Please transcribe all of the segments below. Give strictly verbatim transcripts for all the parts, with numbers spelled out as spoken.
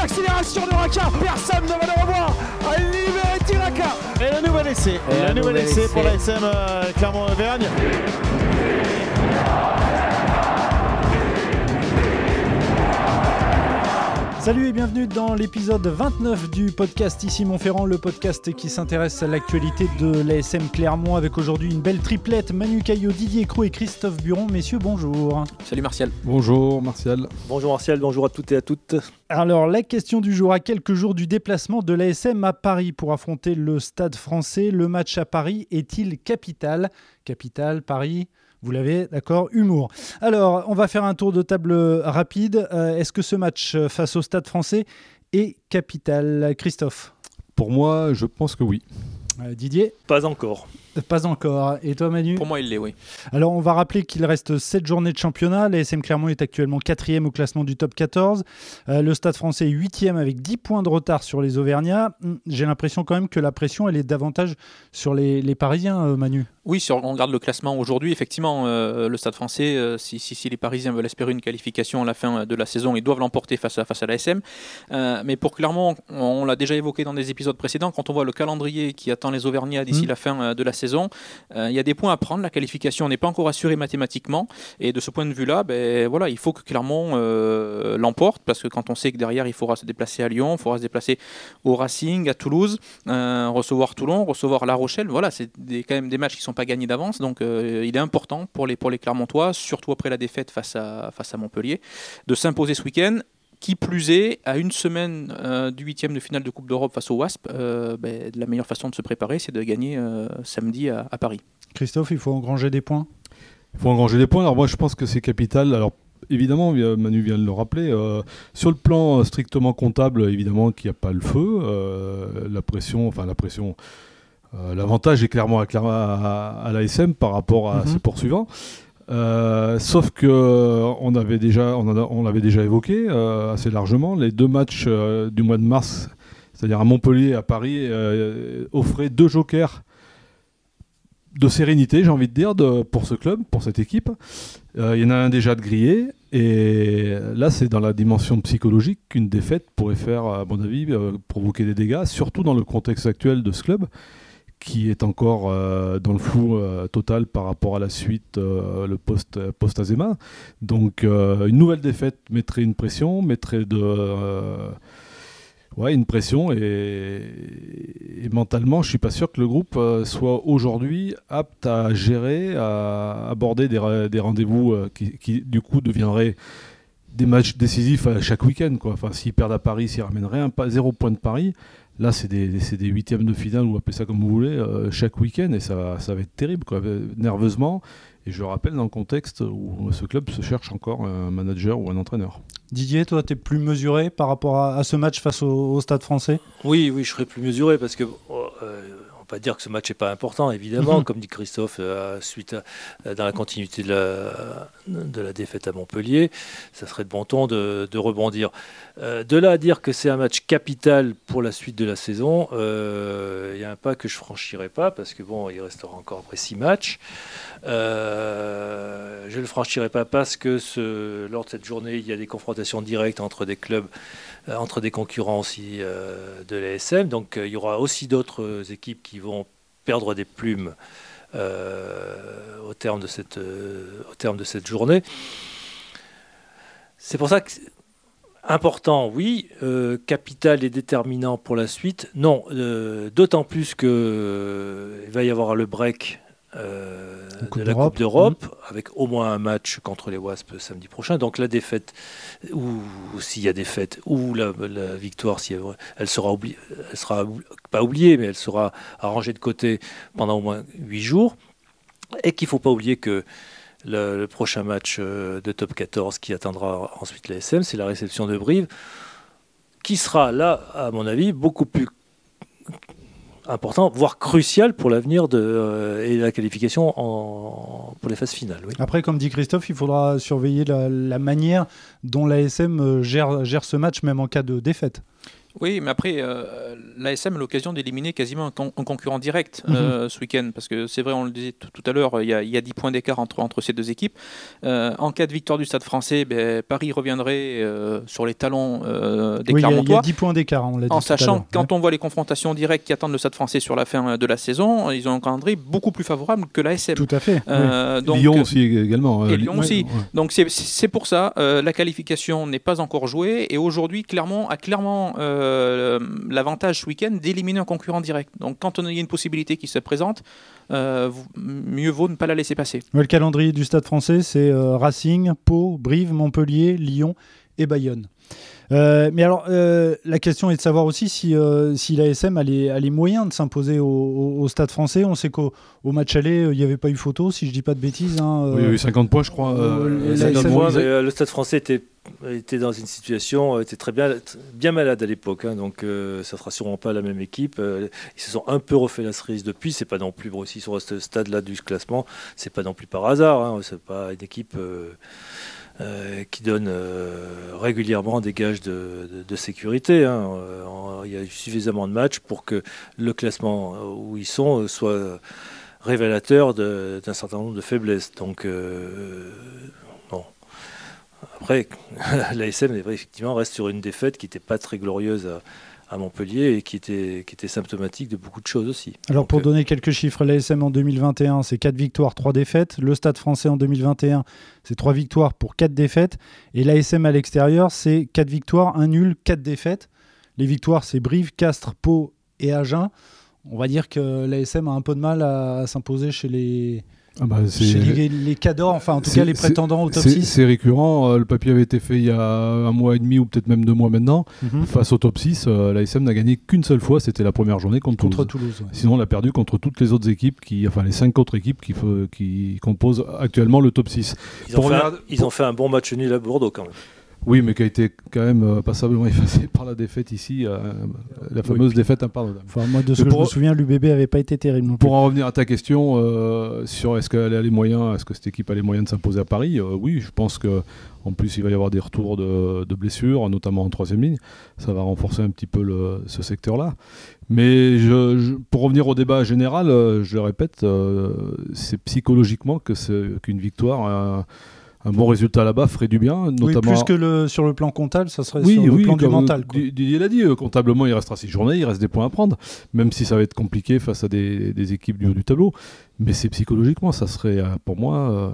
l'accélération de Raka, personne ne va le revoir. Liberty Raka. Et le nouvel essai, et le nouvel essai pour l'A S M euh, Clermont-Auvergne. Salut et bienvenue dans l'épisode vingt-neuf du podcast Ici Montferrand, le podcast qui s'intéresse à l'actualité de l'A S M Clermont avec aujourd'hui une belle triplette, Manu Caillot, Didier Crou et Christophe Buron. Messieurs, bonjour. Salut Martial. Bonjour Martial. Bonjour Martial, bonjour à toutes et à toutes. Alors la question du jour, à quelques jours du déplacement de l'A S M à Paris pour affronter le Stade Français, le match à Paris est-il capital ? Capital, Paris... Vous l'avez, d'accord, humour. Alors, on va faire un tour de table rapide. Euh, est-ce que ce match face au Stade Français est capital ? Christophe ? Pour moi, je pense que oui. Euh, Didier ? Pas encore. Pas encore. Et toi, Manu ? Pour moi, il l'est, oui. Alors, on va rappeler qu'il reste sept journées de championnat. L'A S M Clermont est actuellement quatrième au classement du top quatorze. Euh, le Stade Français est huitième avec dix points de retard sur les Auvergnats. J'ai l'impression quand même que la pression, elle est davantage sur les, les Parisiens, euh, Manu. Oui, si on regarde le classement aujourd'hui, effectivement, euh, le Stade Français, euh, si, si, si les Parisiens veulent espérer une qualification à la fin de la saison, ils doivent l'emporter face à, face à l'A S M. Euh, mais pour Clermont, on, on l'a déjà évoqué dans des épisodes précédents, quand on voit le calendrier qui attend les Auvergnats d'ici mmh. la fin de la saison, euh, il y a des points à prendre. La qualification n'est pas encore assurée mathématiquement. Et de ce point de vue-là, ben, voilà, il faut que Clermont euh, l'emporte, parce que quand on sait que derrière, il faudra se déplacer à Lyon, il faudra se déplacer au Racing, à Toulouse, euh, recevoir Toulon, recevoir La Rochelle. Voilà, c'est des, quand même des matchs qui ne sont pas gagnés d'avance, donc euh, il est important pour les, pour les Clermontois, surtout après la défaite face à, face à Montpellier, de s'imposer ce week-end. Qui plus est, à une semaine euh, du huitième de finale de Coupe d'Europe face au Wasp, euh, ben, la meilleure façon de se préparer, c'est de gagner euh, samedi à, à Paris. Christophe, il faut engranger des points. Il faut engranger des points. Alors moi, je pense que c'est capital. Alors évidemment, Manu vient de le rappeler. Euh, sur le plan strictement comptable, évidemment qu'il n'y a pas le feu, euh, la pression, enfin la pression. Euh, l'avantage est clairement à, à, à l'A S M par rapport à mm-hmm. ses poursuivants. Euh, sauf que euh, on avait déjà, on, a, on l'avait déjà évoqué euh, assez largement. Les deux matchs euh, du mois de mars, c'est-à-dire à Montpellier et à Paris, euh, offraient deux jokers de sérénité, j'ai envie de dire, de, pour ce club, pour cette équipe. Euh, il y en a un déjà de grillé, et là, c'est dans la dimension psychologique qu'une défaite pourrait faire, à mon avis, euh, provoquer des dégâts, surtout dans le contexte actuel de ce club, qui est encore euh, dans le flou euh, total par rapport à la suite, euh, le post, post-Azéma. Donc, euh, une nouvelle défaite mettrait une pression, mettrait de, euh, ouais, une pression, et, et mentalement, je ne suis pas sûr que le groupe euh, soit aujourd'hui apte à gérer, à aborder des, des rendez-vous euh, qui, qui, du coup, deviendraient des matchs décisifs à chaque week-end, quoi. Enfin, s'ils perdent à Paris, s'ils ramènent rien, pas, zéro point de Paris. Là, c'est des, c'est des huitièmes de finale, ou appelez ça comme vous voulez, euh, chaque week-end, et ça, ça va être terrible, quoi, nerveusement. Et je rappelle, dans le contexte où ce club se cherche encore un manager ou un entraîneur. Didier, toi, tu es plus mesuré par rapport à, à ce match face au, au Stade Français ? Oui, oui, je serais plus mesuré, parce que oh, euh, on va dire que ce match n'est pas important, évidemment, mmh. comme dit Christophe, euh, suite à, dans la continuité de la, de la défaite à Montpellier, ça serait de bon ton de, de rebondir. Euh, de là à dire que c'est un match capital pour la suite de la saison, il euh, y a un pas que je ne franchirai pas, parce que bon, il restera encore après six matchs. Euh, je ne le franchirai pas parce que ce, lors de cette journée, il y a des confrontations directes entre des clubs, euh, entre des concurrents aussi euh, de l'A S M. Donc euh, il y aura aussi d'autres équipes qui vont perdre des plumes euh, au terme de cette, euh, au terme de cette journée. C'est pour ça que important, oui, euh, capital et déterminant pour la suite, non, euh, d'autant plus qu'il euh, va y avoir le break euh, de la Coupe d'Europe, mmh. avec au moins un match contre les Wasps samedi prochain. Donc la défaite, ou, ou s'il y a défaite, ou la, la victoire, si elle, elle sera oubliée, elle sera pas oubliée, mais elle sera arrangée de côté pendant au moins huit jours. Et qu'il ne faut pas oublier que le, le prochain match de top quatorze qui attendra ensuite l'A S M, c'est la réception de Brive, qui sera là, à mon avis, beaucoup plus important, voire crucial pour l'avenir de, euh, et la qualification en, pour les phases finales. Oui. Après, comme dit Christophe, il faudra surveiller la, la manière dont l'A S M gère, gère ce match, même en cas de défaite. Oui, mais après, euh, l'A S M a l'occasion d'éliminer quasiment un, con- un concurrent direct euh, mm-hmm. ce week-end, parce que c'est vrai, on le disait tout, tout à l'heure, il y, y a dix points d'écart entre, entre ces deux équipes. Euh, en cas de victoire du Stade français, ben, Paris reviendrait euh, sur les talons euh, des oui, Clermontois. Il y a dix points d'écart, on l'a dit. En sachant que quand ouais. on voit les confrontations directes qui attendent le Stade français sur la fin de la saison, ils ont un calendrier beaucoup plus favorable que l'A S M. Tout à fait. Euh, oui. donc, Lyon aussi également. Et Lyon ouais, aussi. Ouais. Donc c'est, c'est pour ça, euh, la qualification n'est pas encore jouée, et aujourd'hui, Clermont a clairement euh, l'avantage ce week-end d'éliminer un concurrent direct. Donc quand on a une possibilité qui se présente, euh, mieux vaut ne pas la laisser passer. Ouais, le calendrier du Stade français, c'est euh, Racing, Pau, Brive, Montpellier, Lyon et Bayonne. Euh, mais alors, euh, la question est de savoir aussi si, euh, si l'A S M a les, a les moyens de s'imposer au, au, au Stade français. On sait qu'au au match aller, il n'y avait pas eu photo, si je ne dis pas de bêtises. Hein, euh, oui, il y a eu cinquante points, je crois. Euh, cinquante points, mais euh, le Stade français était, était dans une situation, était très bien, bien malade à l'époque. Hein, donc, euh, ça ne sera sûrement pas la même équipe. Euh, ils se sont un peu refait la cerise depuis. Ce n'est pas non plus aussi sur ce stade-là du classement. Ce n'est pas non plus par hasard. Hein, ce n'est pas une équipe... Euh, Euh, qui donne euh, régulièrement des gages de, de, de sécurité. Hein. Euh, il y a eu suffisamment de matchs pour que le classement où ils sont soit révélateur de, d'un certain nombre de faiblesses. Donc, euh, bon. Après, l'A S M effectivement reste sur une défaite qui n'était pas très glorieuse à, à Montpellier et qui était, qui était symptomatique de beaucoup de choses aussi. Alors Donc, pour euh, donner quelques chiffres, l'A S M en deux mille vingt et un, c'est quatre victoires, trois défaites. Le Stade français en deux mille vingt et un, c'est trois victoires pour quatre défaites. Et l'A S M à l'extérieur, c'est quatre victoires, un nul, quatre défaites. Les victoires, c'est Brive, Castres, Pau et Agen. On va dire que l'A S M a un peu de mal à, à s'imposer chez les... Ah bah chez les, les cadors, enfin en tout cas les prétendants au top c'est, six. C'est récurrent, euh, le papier avait été fait il y a un mois et demi ou peut-être même deux mois maintenant. Mm-hmm. Face au top six, euh, l'A S M n'a gagné qu'une seule fois, c'était la première journée contre, contre Toulouse. Toulouse ouais. Sinon, on l'a perdu contre toutes les autres équipes, qui, enfin les cinq autres équipes qui, qui composent actuellement le top six. Ils ont, fait un, ils ont fait un bon match nul à Bordeaux quand même. Oui, mais qui a été quand même euh, passablement effacé par la défaite ici, euh, la fameuse oui, défaite impardonnable. Enfin, moi, de ce que pour, je me souviens, l'U B B n'avait pas été terrible non plus. Pour en revenir à ta question euh, sur est-ce qu'elle a les moyens, est-ce que cette équipe a les moyens de s'imposer à Paris, euh, oui, je pense que en plus il va y avoir des retours de, de blessures, notamment en troisième ligne. Ça va renforcer un petit peu le, ce secteur-là. Mais je, je, pour revenir au débat général, euh, je le répète, euh, c'est psychologiquement que c'est, qu'une victoire. Euh, Un bon résultat là-bas ferait du bien, notamment... Oui, plus que le, sur le plan comptable, ça serait oui, sur oui, le plan du mental. Quoi. Didier l'a dit, comptablement, il restera six journées, il reste des points à prendre, même si ça va être compliqué face à des, des équipes du haut du tableau. Mais c'est psychologiquement, ça serait pour moi euh,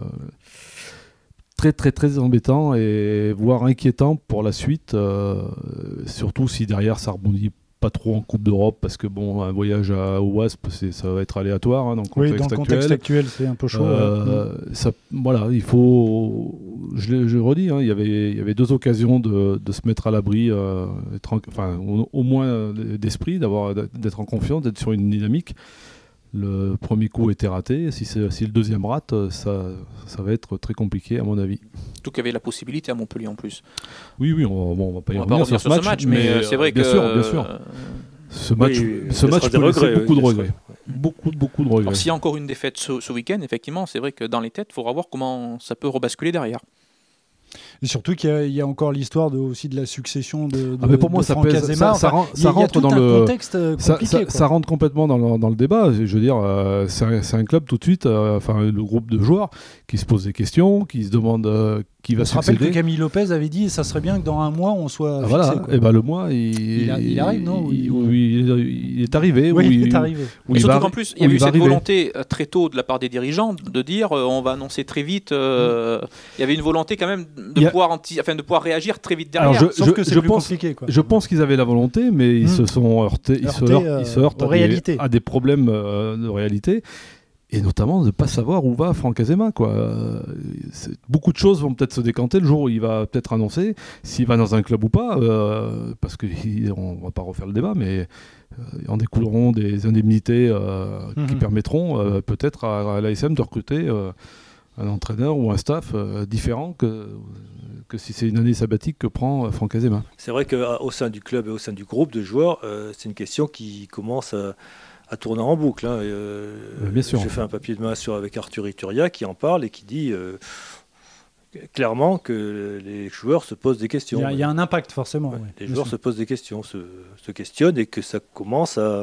très, très, très embêtant et voire inquiétant pour la suite, euh, surtout si derrière ça rebondit pas trop en Coupe d'Europe, parce que bon, un voyage à, au W A S P, c'est, ça va être aléatoire hein, dans le contexte oui, dans le actuel. contexte actuel, c'est un peu chaud. Euh, ouais. ça, voilà, il faut, je, je redis, hein, il y avait, il y avait deux occasions de, de se mettre à l'abri, euh, être, enfin, au, au moins d'esprit, d'avoir, d'être en confiance, d'être sur une dynamique. Le premier coup était raté. Si, c'est, si le deuxième rate, ça, ça va être très compliqué à mon avis. Surtout qu'il y avait la possibilité à Montpellier en plus. Oui, oui, on, bon, on va pas y on revenir, va pas sur, ce match, match, mais, mais c'est vrai bien que sûr, bien sûr. Ce match, oui, ce match peut regrets, laisser beaucoup oui, de regrets. Beaucoup, beaucoup de regrets. Alors, s'il y a encore une défaite ce, ce week-end, effectivement, c'est vrai que dans les têtes, il faudra voir comment ça peut rebasculer derrière. Et surtout qu'il y a, il y a encore l'histoire de, aussi de la succession de, de, ah mais pour moi, de ça Franck pèse, Azéma. ça, ça, enfin, ça rentre y a dans tout le un contexte compliqué. Ça, ça, ça rentre complètement dans le, dans le débat. Je veux dire, euh, c'est, un, c'est un club tout de suite, euh, enfin le groupe de joueurs qui se pose des questions, qui se demandent euh, qui va on se succéder. rappelle que Camille Lopez avait dit, ça serait bien que dans un mois on soit. Ah, voilà. Fixé, et ben le mois, il, il, a, il arrive, non il, il, il, il est arrivé. Oui, il, il est arrivé. Et surtout va, qu'en plus, il y a eu cette arriver. volonté euh, très tôt de la part des dirigeants de dire, euh, on va annoncer très vite. Euh, mm. Il y avait une volonté quand même de a... pouvoir, anti... enfin, de pouvoir réagir très vite derrière. Alors je, Sauf je, que c'est je plus pense, compliqué. Quoi. Je pense qu'ils avaient la volonté, mais ils mmh. se sont heurtés, ils heurtés, se heurtent, euh, ils se heurtent à, des, à des problèmes euh, de réalité, et notamment de ne pas savoir où va Franck Azéma. Quoi. Euh, beaucoup de choses vont peut-être se décanter le jour où il va peut-être annoncer s'il va dans un club ou pas, euh, parce qu'on ne va pas refaire le débat, mais euh, en découleront des indemnités euh, mmh. qui permettront euh, peut-être à, à l'A S M de recruter euh, un entraîneur ou un staff euh, différent que, que si c'est une année sabbatique que prend euh, Franck Azéma. C'est vrai qu'au sein du club et au sein du groupe de joueurs, euh, c'est une question qui commence à, à tourner en boucle. Hein. Euh, Bien sûr. J'ai fait un papier de main sur, avec Arthur Ituria qui en parle et qui dit euh, clairement que les joueurs se posent des questions. Il y a, il y a un impact forcément. Ouais, ouais, les joueurs sûr. se posent des questions, se, se questionnent et que ça commence à...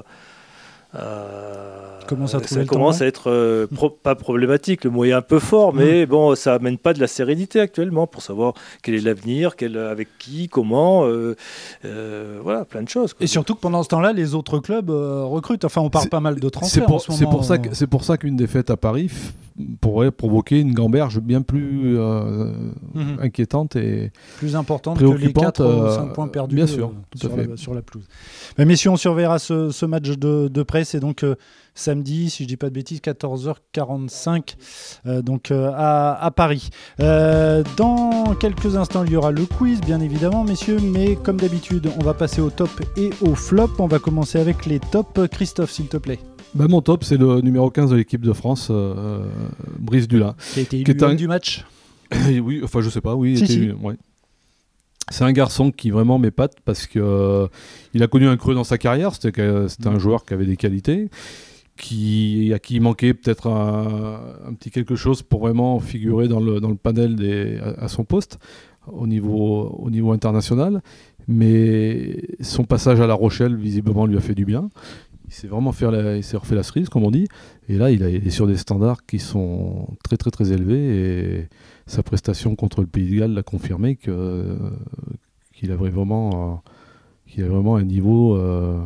Euh, commence à ça commence à être euh, pro- pas problématique, le mot est un peu fort, mais mmh. bon, ça amène pas de la sérénité actuellement pour savoir quel est l'avenir, quel, avec qui, comment, euh, euh, voilà, plein de choses. Quoi. Et surtout que pendant ce temps-là, les autres clubs euh, recrutent. Enfin, on parle c'est, pas mal de transferts. C'est pour, en ce c'est moment, pour ça que, c'est pour ça qu'une défaite à Paris f- pourrait provoquer une gamberge bien plus euh, mmh. inquiétante et plus importante que les quatre ou cinq points perdus bien sûr, euh, tout sur, à fait. La, sur la pelouse. Mais messieurs, on surveillera ce, ce match de, de près. C'est donc euh, samedi, si je ne dis pas de bêtises, quatorze heures quarante-cinq euh, donc, euh, à, à Paris. Euh, dans quelques instants, il y aura le quiz, bien évidemment, messieurs. Mais comme d'habitude, on va passer au top et au flop. On va commencer avec les tops. Christophe, s'il te plaît. Bah, mon top, c'est le numéro quinze de l'équipe de France, euh, Brice Dulin. Qui a été élu homme un... du match. Oui, enfin je sais pas, oui. Si, était, si. Ouais. C'est un garçon qui vraiment m'épate parce qu'il euh, a connu un creux dans sa carrière. C'était, que, c'était un joueur qui avait des qualités, qui, à qui il manquait peut-être un, un petit quelque chose pour vraiment figurer dans le, dans le panel des, à, à son poste au niveau, au niveau international. Mais son passage à La Rochelle, visiblement, lui a fait du bien. Il s'est vraiment fait la, il s'est refait la cerise, comme on dit. Et là, il, a, il est sur des standards qui sont très, très, très élevés. Et sa prestation contre le Pays de Galles l'a confirmé que, euh, qu'il avait vraiment, euh, qu'il avait vraiment un niveau euh,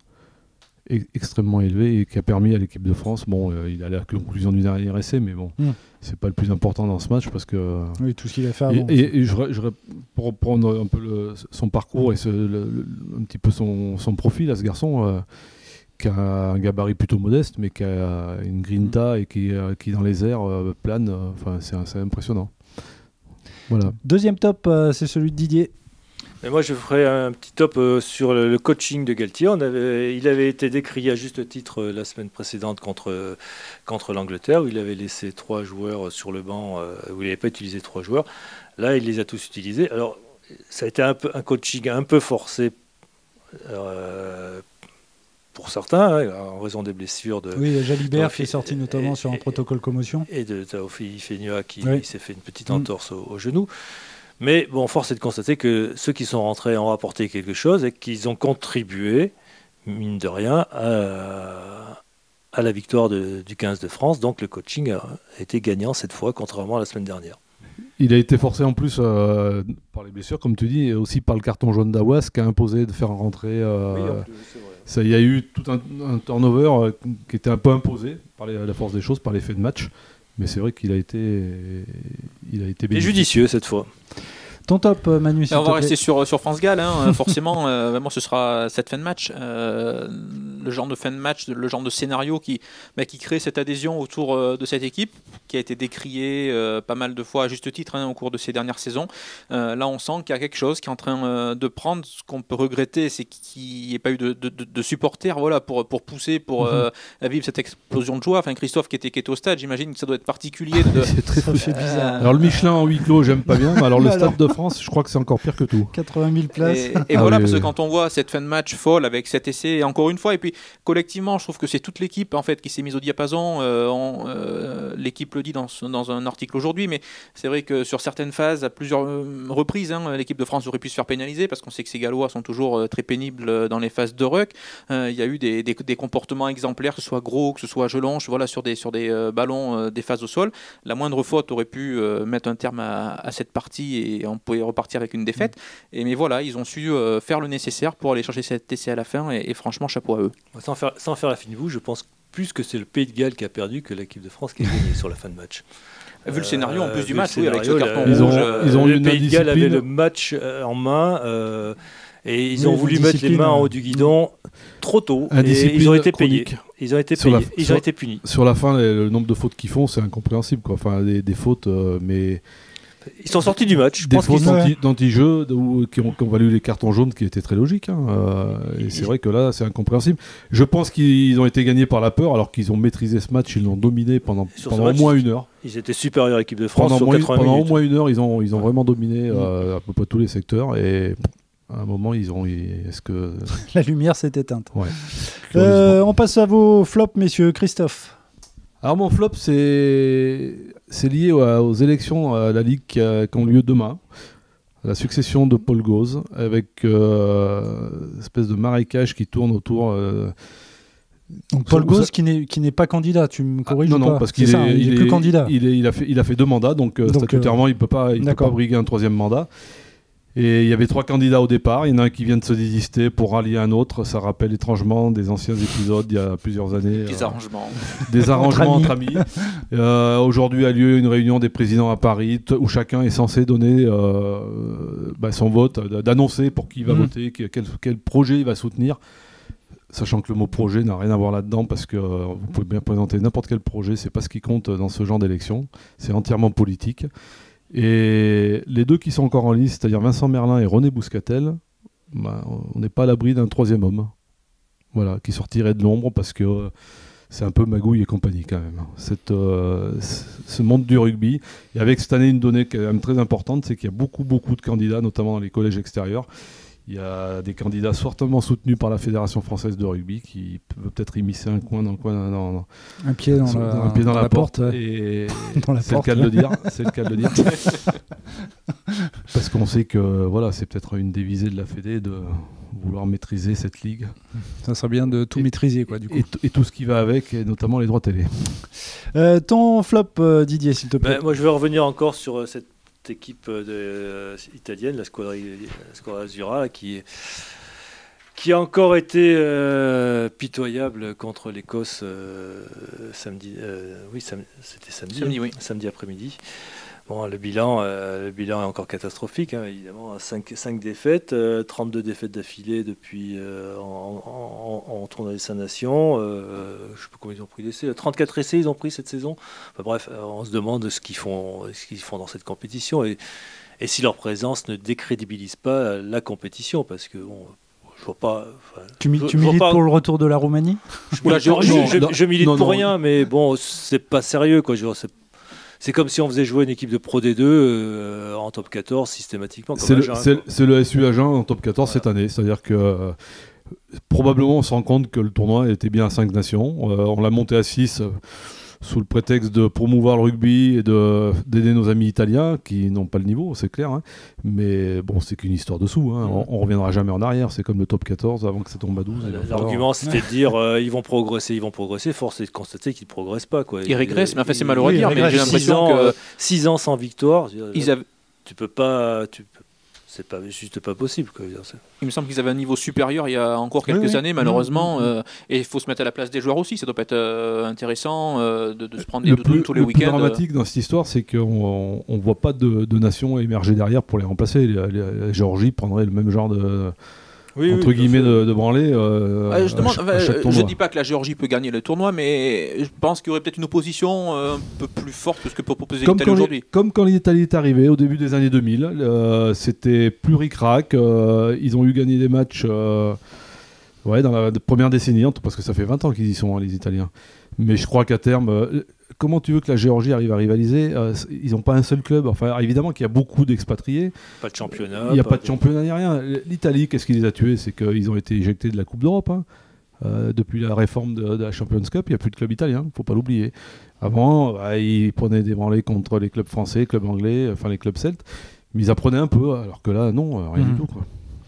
e- extrêmement élevé et qui a permis à l'équipe de France. Bon, euh, il a la conclusion du dernier essai, mais bon, mmh. c'est pas le plus important dans ce match parce que. Oui, tout ce qu'il a fait avant. Et, et, et je, je, pour reprendre un peu le, son parcours et ce, le, le, un petit peu son, son profil à ce garçon. Euh, qui a un gabarit plutôt modeste, mais qui a une grinta et qui, euh, qui dans les airs euh, plane. Enfin, euh, c'est, c'est impressionnant. Voilà. Deuxième top, euh, c'est celui de Didier. Et moi, je ferai un petit top euh, sur le, le coaching de Galtier. On avait, il avait été décrié à juste titre euh, la semaine précédente contre, euh, contre l'Angleterre, où il avait laissé trois joueurs sur le banc, euh, où il n'avait pas utilisé trois joueurs. Là, il les a tous utilisés. Alors, ça a été un, peu, un coaching un peu forcé euh, pour certains, hein, en raison des blessures de... Oui, Jalibert qui est sorti notamment et, sur un protocole commotion. Et de Taofi Fenua qui oui. s'est fait une petite entorse mmh. au, au genou. Mais bon, force est de constater que ceux qui sont rentrés ont rapporté quelque chose et qu'ils ont contribué, mine de rien, à, à la victoire de, du quinze de France. Donc le coaching a été gagnant cette fois, contrairement à la semaine dernière. Il a été forcé en plus euh, par les blessures, comme tu dis, et aussi par le carton jaune d'Aouas qui a imposé de faire rentrer... Euh, oui, en plus, c'est vrai. Ça, il y a eu tout un, un turnover euh, qui était un peu imposé par les, la force des choses, par l'effet de match. Mais c'est vrai qu'il a été, il a été bénéfique. Et judicieux cette fois. Ton top, Manu, s'il on va te rester plaît. sur, sur France-Galles, hein, forcément, euh, vraiment, ce sera cette fin de match. Euh, le genre de fin de match, le genre de scénario qui, bah, qui crée cette adhésion autour euh, de cette équipe, qui a été décriée euh, pas mal de fois à juste titre hein, au cours de ces dernières saisons. Euh, là, on sent qu'il y a quelque chose qui est en train euh, de prendre. Ce qu'on peut regretter, c'est qu'il n'y ait pas eu de, de, de, de supporters voilà, pour, pour pousser, pour euh, mm-hmm. vivre cette explosion de joie. Enfin, Christophe qui était, qui était au stade, j'imagine que ça doit être particulier. De, c'est très, très bizarre. Euh, alors, le Michelin en huis clos, j'aime pas bien, mais alors le Stade de France, je crois que c'est encore pire que tout. quatre-vingt mille places. Et, et ah voilà, oui, parce oui. que quand on voit cette fin de match folle avec cet essai, et encore une fois, et puis collectivement, je trouve que c'est toute l'équipe en fait qui s'est mise au diapason. Euh, on, euh, l'équipe le dit dans, dans un article aujourd'hui, mais c'est vrai que sur certaines phases, à plusieurs reprises, hein, l'équipe de France aurait pu se faire pénaliser parce qu'on sait que ces Gallois sont toujours euh, très pénibles dans les phases de ruck. Euh, il y a eu des, des, des comportements exemplaires, que ce soit Gros, que ce soit Jelonche, voilà, sur des, sur des euh, ballons, euh, des phases au sol. La moindre faute aurait pu euh, mettre un terme à, à cette partie et on pouvait repartir avec une défaite. Mmh. Et mais voilà, ils ont su euh, faire le nécessaire pour aller chercher cet essai à la fin et, et franchement, chapeau à eux. Sans faire, sans faire la fine boue, je pense plus que c'est le Pays de Galles qui a perdu que l'équipe de France qui a gagné sur la fin de match. Vu le scénario en plus euh, du match, oui, scénario, avec ce carton ils rouge. Ont, euh, ils ont le une Pays de Galles avait discipline. le match euh, en main euh, et ils oui, ont voulu mettre les mains en haut du guidon trop tôt et ils ont été payés. Ils ont été payés. La, ils sur, ont été punis. Sur la fin, le, le nombre de fautes qu'ils font, c'est incompréhensible, quoi. Enfin, des, des fautes, euh, mais. Ils sont sortis du match. Je des pense fautes qu'ils sont... d'anti, d'anti-jeu qui ont, qui ont valu les cartons jaunes qui étaient très logiques. Hein. Euh, et c'est vrai que là, c'est incompréhensible. Je pense qu'ils ont été gagnés par la peur alors qu'ils ont maîtrisé ce match. Ils l'ont dominé pendant, pendant match, au moins une heure. Ils étaient supérieurs à l'équipe de France pendant sur moins, quatre-vingts pendant minutes. au moins une heure, ils ont, ils ont ouais. vraiment dominé euh, à peu près tous les secteurs. Et à un moment, ils ont. Est-ce que... La lumière s'est éteinte. Ouais. Euh, on passe à vos flops, messieurs. Christophe. Alors mon flop, c'est, c'est lié aux élections à la Ligue qui, a, qui ont lieu demain. La succession de Paul Gauze, avec euh, une espèce de marécage qui tourne autour... Euh, Donc Paul Gauze qui n'est, qui n'est pas candidat, tu me corriges ah, non, ou pas? Non, parce qu'il c'est est, ça, il, il est est plus candidat. Il, est, il, a fait, il a fait deux mandats, donc, donc statutairement, euh, il ne peut pas, il peut pas briguer un troisième mandat. Et il y avait trois candidats au départ. Il y en a un qui vient de se désister pour rallier un autre. Ça rappelle étrangement des anciens épisodes il y a plusieurs années. Des euh, arrangements. Des arrangements entre amis. Entre amis. euh, aujourd'hui a lieu une réunion des présidents à Paris t- où chacun est censé donner euh, bah, son vote, d'annoncer pour qui il va mmh. voter, quel, quel projet il va soutenir. Sachant que le mot projet n'a rien à voir là-dedans parce que euh, vous pouvez bien présenter n'importe quel projet. C'est pas ce qui compte dans ce genre d'élection. C'est entièrement politique. Et les deux qui sont encore en liste, c'est-à-dire Vincent Merlin et René Bouscatel, bah, on n'est pas à l'abri d'un troisième homme, voilà, qui sortirait de l'ombre parce que euh, c'est un peu magouille et compagnie quand même. Cette, euh, ce monde du rugby. Et avec cette année une donnée quand même très importante, c'est qu'il y a beaucoup beaucoup de candidats, notamment dans les collèges extérieurs. Il y a des candidats fortement soutenus par la Fédération française de rugby qui peuvent peut-être immiscer un coin dans le coin, dans, dans, un pied dans, dans, la, un pied dans, dans la, la porte. porte ouais. Et dans la c'est porte, le cas là. de le dire. C'est le cas de le dire. Parce qu'on sait que voilà, c'est peut-être une des visées de la Fédé de vouloir maîtriser cette ligue. Ça serait bien de tout et, maîtriser, quoi, du coup. Et, et tout ce qui va avec, et notamment les droits télé. Euh, ton flop, euh, Didier, s'il te plaît. Ben, moi, je vais revenir encore sur euh, cette équipe de, euh, italienne, la Squadra, la Squadra Azzurra, qui est qui a encore été euh, pitoyable contre l'Écosse euh, samedi. Euh, oui, sam- c'était samedi. Samedi, oui. Samedi après-midi. Bon, le bilan, euh, le bilan est encore catastrophique, hein, évidemment. cinq défaites, euh, trente-deux défaites d'affilée depuis euh, en, en, en, en tournoi des Cinq Nations. Euh, je ne sais pas combien ils ont pris d'essais. trente-quatre essais ils ont pris cette saison. Enfin, bref, on se demande ce qu'ils font, ce qu'ils font dans cette compétition et, et si leur présence ne décrédibilise pas la compétition, parce que bon, je vois pas. Enfin, tu, mi- je, tu je milites pas... pour le retour de la Roumanie? Je, Oula, je, non, je, non, je, non, je milite non, pour non. rien, mais bon, c'est pas sérieux, quoi. Je vois, c'est... C'est comme si on faisait jouer une équipe de Pro D deux euh, en top quatorze systématiquement. Comme c'est, Agen, le, c'est, c'est le S U Agen en top quatorze voilà. Cette année. C'est-à-dire que euh, probablement on se rend compte que le tournoi était bien à cinq nations. Euh, on l'a monté à six euh, sous le prétexte de promouvoir le rugby et de, d'aider nos amis italiens qui n'ont pas le niveau, c'est clair. Hein. Mais bon, c'est qu'une histoire de sous. Hein. Mmh. On ne reviendra jamais en arrière. C'est comme le top quatorze avant que ça tombe à douze. L'argument, falloir... c'était de dire euh, ils vont progresser, ils vont progresser. Force est de constater qu'ils ne progressent pas. Quoi. Ils régressent, mais enfin, c'est malheureux à oui, dire. Mais j'ai l'impression ans, que. six ans sans victoire. Ils avaient... Tu peux pas. Tu peux... C'est pas, juste pas possible. Quoi. Il me semble qu'ils avaient un niveau supérieur il y a encore quelques oui, années, malheureusement. Mmh, mmh. Euh, et il faut se mettre à la place des joueurs aussi. Ça doit pas être euh, intéressant euh, de, de se prendre des doudounes tous les le week-ends. Le plus dramatique dans cette histoire, c'est qu'on ne voit pas de, de nation émerger derrière pour les remplacer. La, la, la Géorgie prendrait le même genre de... Oui, entre oui, guillemets de, de branler euh, ah, je, demande, à, à chaque tournoi. Je dis pas que la Géorgie peut gagner le tournoi, mais je pense qu'il y aurait peut-être une opposition euh, un peu plus forte que ce que peut proposer comme l'Italie aujourd'hui. Les, comme quand l'Italie est arrivée au début des années deux mille, euh, c'était plus ric-rac. Euh, ils ont eu gagné des matchs euh, ouais, dans la première décennie, parce que ça fait vingt ans qu'ils y sont, hein, les Italiens. Mais je crois qu'à terme... Euh, comment tu veux que la Géorgie arrive à rivaliser ? euh, Ils n'ont pas un seul club. Enfin, évidemment qu'il y a beaucoup d'expatriés. Pas de championnat. Il n'y a pas, pas de, de championnat ni rien. L'Italie, qu'est-ce qui les a tués ? C'est qu'ils ont été éjectés de la Coupe d'Europe. Hein. Euh, depuis la réforme de, de la Champions Cup, il n'y a plus de club italien. Il ne faut pas l'oublier. Avant, bah, ils prenaient des branlées contre les clubs français, les clubs anglais, enfin les clubs celtes. Mais ils apprenaient un peu, alors que là, non, rien mmh. du tout. Quoi.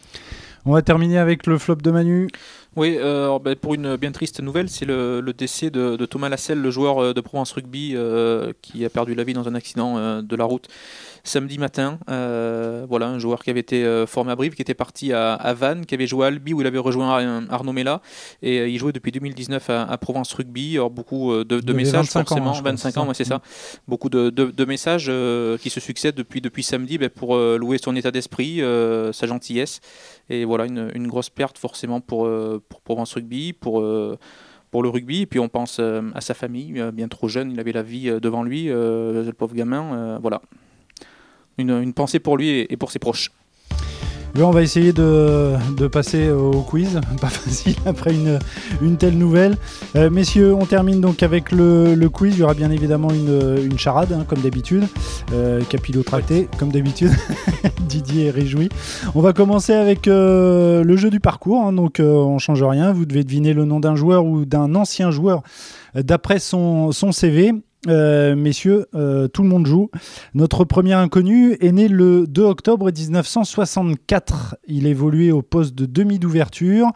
On va terminer avec le flop de Manu. Oui, euh, alors, bah, pour une bien triste nouvelle, c'est le, le décès de, de Thomas Lasselle, le joueur de Provence Rugby euh, qui a perdu la vie dans un accident euh, de la route samedi matin. Euh, voilà, un joueur qui avait été euh, formé à Brive, qui était parti à, à Vannes, qui avait joué à Albi où il avait rejoint Arnaud Mella et euh, il jouait depuis deux mille dix-neuf à, à Provence Rugby. Alors beaucoup euh, de, de messages forcément, ans, vingt-cinq ans, ouais, c'est ça. Beaucoup de, de, de messages euh, qui se succèdent depuis, depuis samedi bah, pour euh, louer son état d'esprit, euh, sa gentillesse. Et voilà, une, une grosse perte forcément pour, euh, pour Provence Rugby, pour, euh, pour le rugby. Et puis on pense euh, à sa famille, euh, bien trop jeune, il avait la vie euh, devant lui, euh, le pauvre gamin. Euh, voilà, une, une pensée pour lui et, et pour ses proches. Là, on va essayer de, de passer au quiz. Pas facile après une, une telle nouvelle. Euh, messieurs, on termine donc avec le, le quiz. Il y aura bien évidemment une, une charade, hein, comme d'habitude. Euh, capillotracté, comme d'habitude. Didier est réjoui. On va commencer avec euh, le jeu du parcours. Hein, donc, euh, on ne change rien. Vous devez deviner le nom d'un joueur ou d'un ancien joueur euh, d'après son, son C V. Euh, messieurs, euh, tout le monde joue. Notre premier inconnu est né le deux octobre dix-neuf cent soixante-quatre. Il évoluait au poste de demi d'ouverture.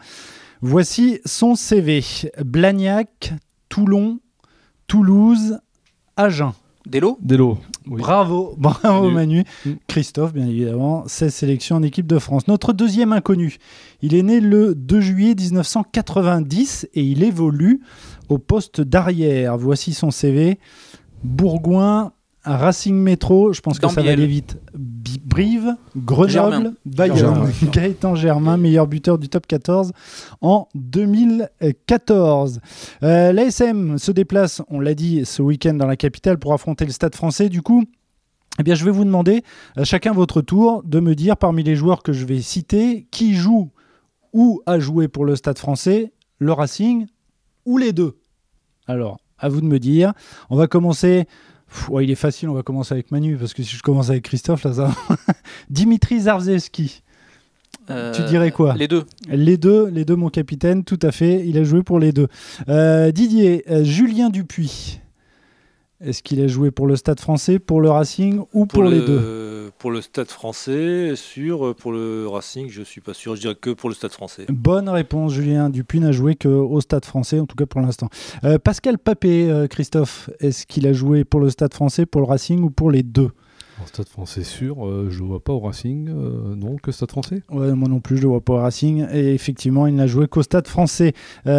Voici son C V. Blagnac, Toulon, Toulouse, Agen. Delo Delo. Oui. Bravo, bravo Manu. Manu. Christophe, bien évidemment, seize sélections en équipe de France. Notre deuxième inconnu, il est né le deux juillet dix-neuf cent quatre-vingt-dix et il évolue au poste d'arrière. Voici son C V. Bourgoin, Racing Métro, je pense que Gambiel. ça va aller vite. B- Brive, Grenoble, Germain. Bayonne. Germain. Gaëtan Germain, meilleur buteur du top quatorze en deux mille quatorze. Euh, L'A S M se déplace, on l'a dit, ce week-end dans la capitale pour affronter le Stade français. Du coup, eh bien, je vais vous demander, à chacun votre tour, de me dire parmi les joueurs que je vais citer, qui joue ou a joué pour le Stade français, le Racing ou les deux. Alors, à vous de me dire. On va commencer... Pff, ouais, il est facile, on va commencer avec Manu, parce que si je commence avec Christophe, là, ça... Dimitri Zarzewski. Euh, Tu dirais quoi ? Les deux. Les deux, les deux, mon capitaine, tout à fait. Il a joué pour les deux. Euh, Didier, euh, Julien Dupuis. Est-ce qu'il a joué pour le Stade français, pour le Racing ou pour, Pour, les le, deux ? Pour le Stade français, sûr. Pour le Racing, je ne suis pas sûr. Je dirais que pour le Stade français. Bonne réponse, Julien Dupuis n'a joué qu'au Stade français, en tout cas pour l'instant. Euh, Pascal Papé, euh, Christophe, est-ce qu'il a joué pour le Stade français, pour le Racing ou pour les deux ? En Stade français sûr, euh, je ne vois pas au Racing, euh, non, que Stade français. Ouais, moi non plus, je ne le vois pas au Racing. Et effectivement, il n'a joué qu'au Stade français.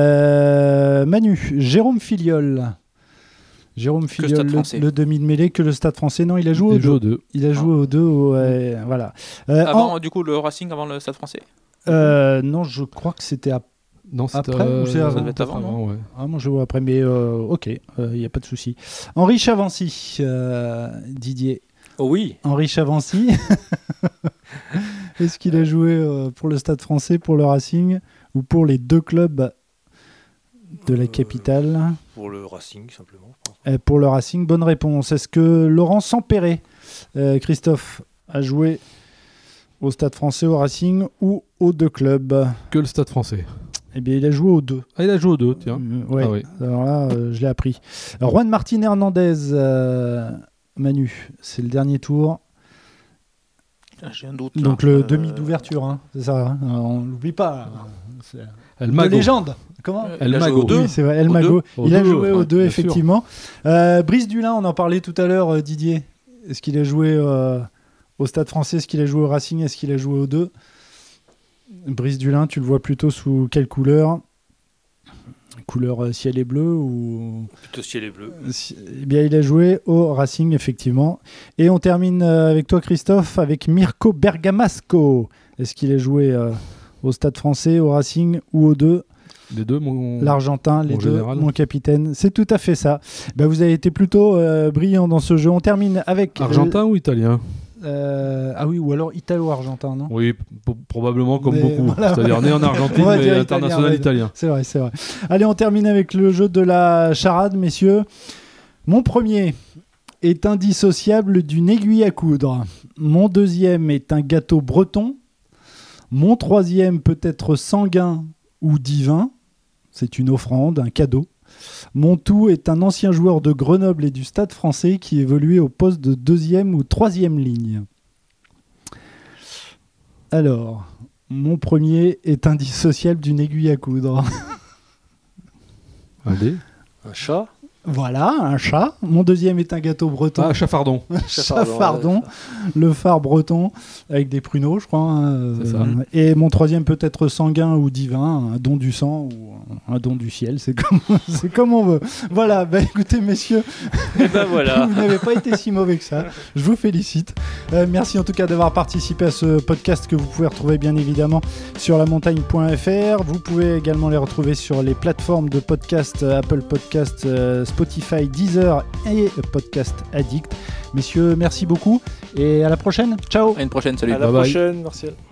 Euh, Manu, Jérôme Filiol. Jérôme Filiol, le, le demi de mêlée, que le Stade français. Non, il a joué, il aux, deux. deux. Il a joué ah. aux deux. Ouais, voilà. Euh, avant, en... du coup, le Racing avant le Stade français euh, Non, je crois que c'était à... non, après euh, ou c'est avant, ça devait être avant, avant non ouais. Ah, moi, je vois après, mais euh, ok, il euh, n'y a pas de souci. Henri Chavancy, euh, Didier. Oh oui. Henri Chavancy. Est-ce qu'il a joué euh, pour le Stade français, pour le Racing ou pour les deux clubs de la capitale ? euh, Pour le Racing, simplement. Euh, pour le Racing, bonne réponse. Est-ce que Laurent Sampéré, euh, Christophe, a joué au Stade français, au Racing ou aux deux clubs ? Que le Stade français. Eh bien, il a joué aux deux. Ah, il a joué aux deux, tiens. Euh, ouais. Ah, oui. Alors là, euh, je l'ai appris. Alors, Juan Martín Hernandez, euh, Manu, c'est le dernier tour. J'ai un doute. Donc là. le euh... demi d'ouverture, hein, c'est ça. Hein, on l'oublie pas. C'est El de Mago. légende. Comment Euh, El il a Mago. joué aux deux. Oui, c'est vrai. El Aux Mago. deux. Il Aux a deux, joué aux ouais, deux, bien effectivement. Euh, Brice Dulin, on en parlait tout à l'heure, euh, Didier. Est-ce qu'il a joué euh, au Stade français ? Est-ce qu'il a joué au Racing ? Est-ce qu'il a joué aux deux ? Brice Dulin, tu le vois plutôt sous quelle couleur ? Couleur euh, ciel et bleu ou... Plutôt ciel et bleu. Eh bien, il a joué au Racing, effectivement. Et on termine euh, avec toi, Christophe, avec Mirko Bergamasco. Est-ce qu'il a joué euh, au Stade français, au Racing ou aux deux ? Les deux, mon... L'Argentin, les mon deux, général. mon capitaine. C'est tout à fait ça. Ben, vous avez été plutôt euh, brillant dans ce jeu. On termine avec... Argentin ou italien ? euh, Ah oui, ou alors italo-argentin, non ? Oui, p- probablement comme Mais beaucoup. voilà, C'est-à-dire ouais. né en Argentine, On va mais dire international italien, ouais. italien. C'est vrai, c'est vrai. Allez, on termine avec le jeu de la charade, messieurs. Mon premier est indissociable d'une aiguille à coudre. Mon deuxième est un gâteau breton. Mon troisième peut être sanguin ou divin. C'est une offrande, un cadeau. Mon tout est un ancien joueur de Grenoble et du Stade français qui évoluait au poste de deuxième ou troisième ligne. Alors, mon premier est indissociable d'une aiguille à coudre. Un dé. Un chat. Voilà, un chat. Mon deuxième est un gâteau breton. Ah, chafardon. Chafardon, ouais. le phare breton avec des pruneaux, je crois. Hein, C'est euh, ça. Et mon troisième peut être sanguin ou divin, un don du sang ou un don du ciel, c'est comme, c'est comme on veut. Voilà, bah écoutez messieurs, Et ben voilà. vous n'avez pas été si mauvais que ça. Je vous félicite. Euh, merci en tout cas d'avoir participé à ce podcast que vous pouvez retrouver bien évidemment sur la montagne point f r. Vous pouvez également les retrouver sur les plateformes de podcast, euh, Apple Podcast, euh, Spotify, Deezer et Podcast Addict. Messieurs, merci beaucoup et à la prochaine. Ciao. À une prochaine, salut. À la Bye bye. prochaine, Martial.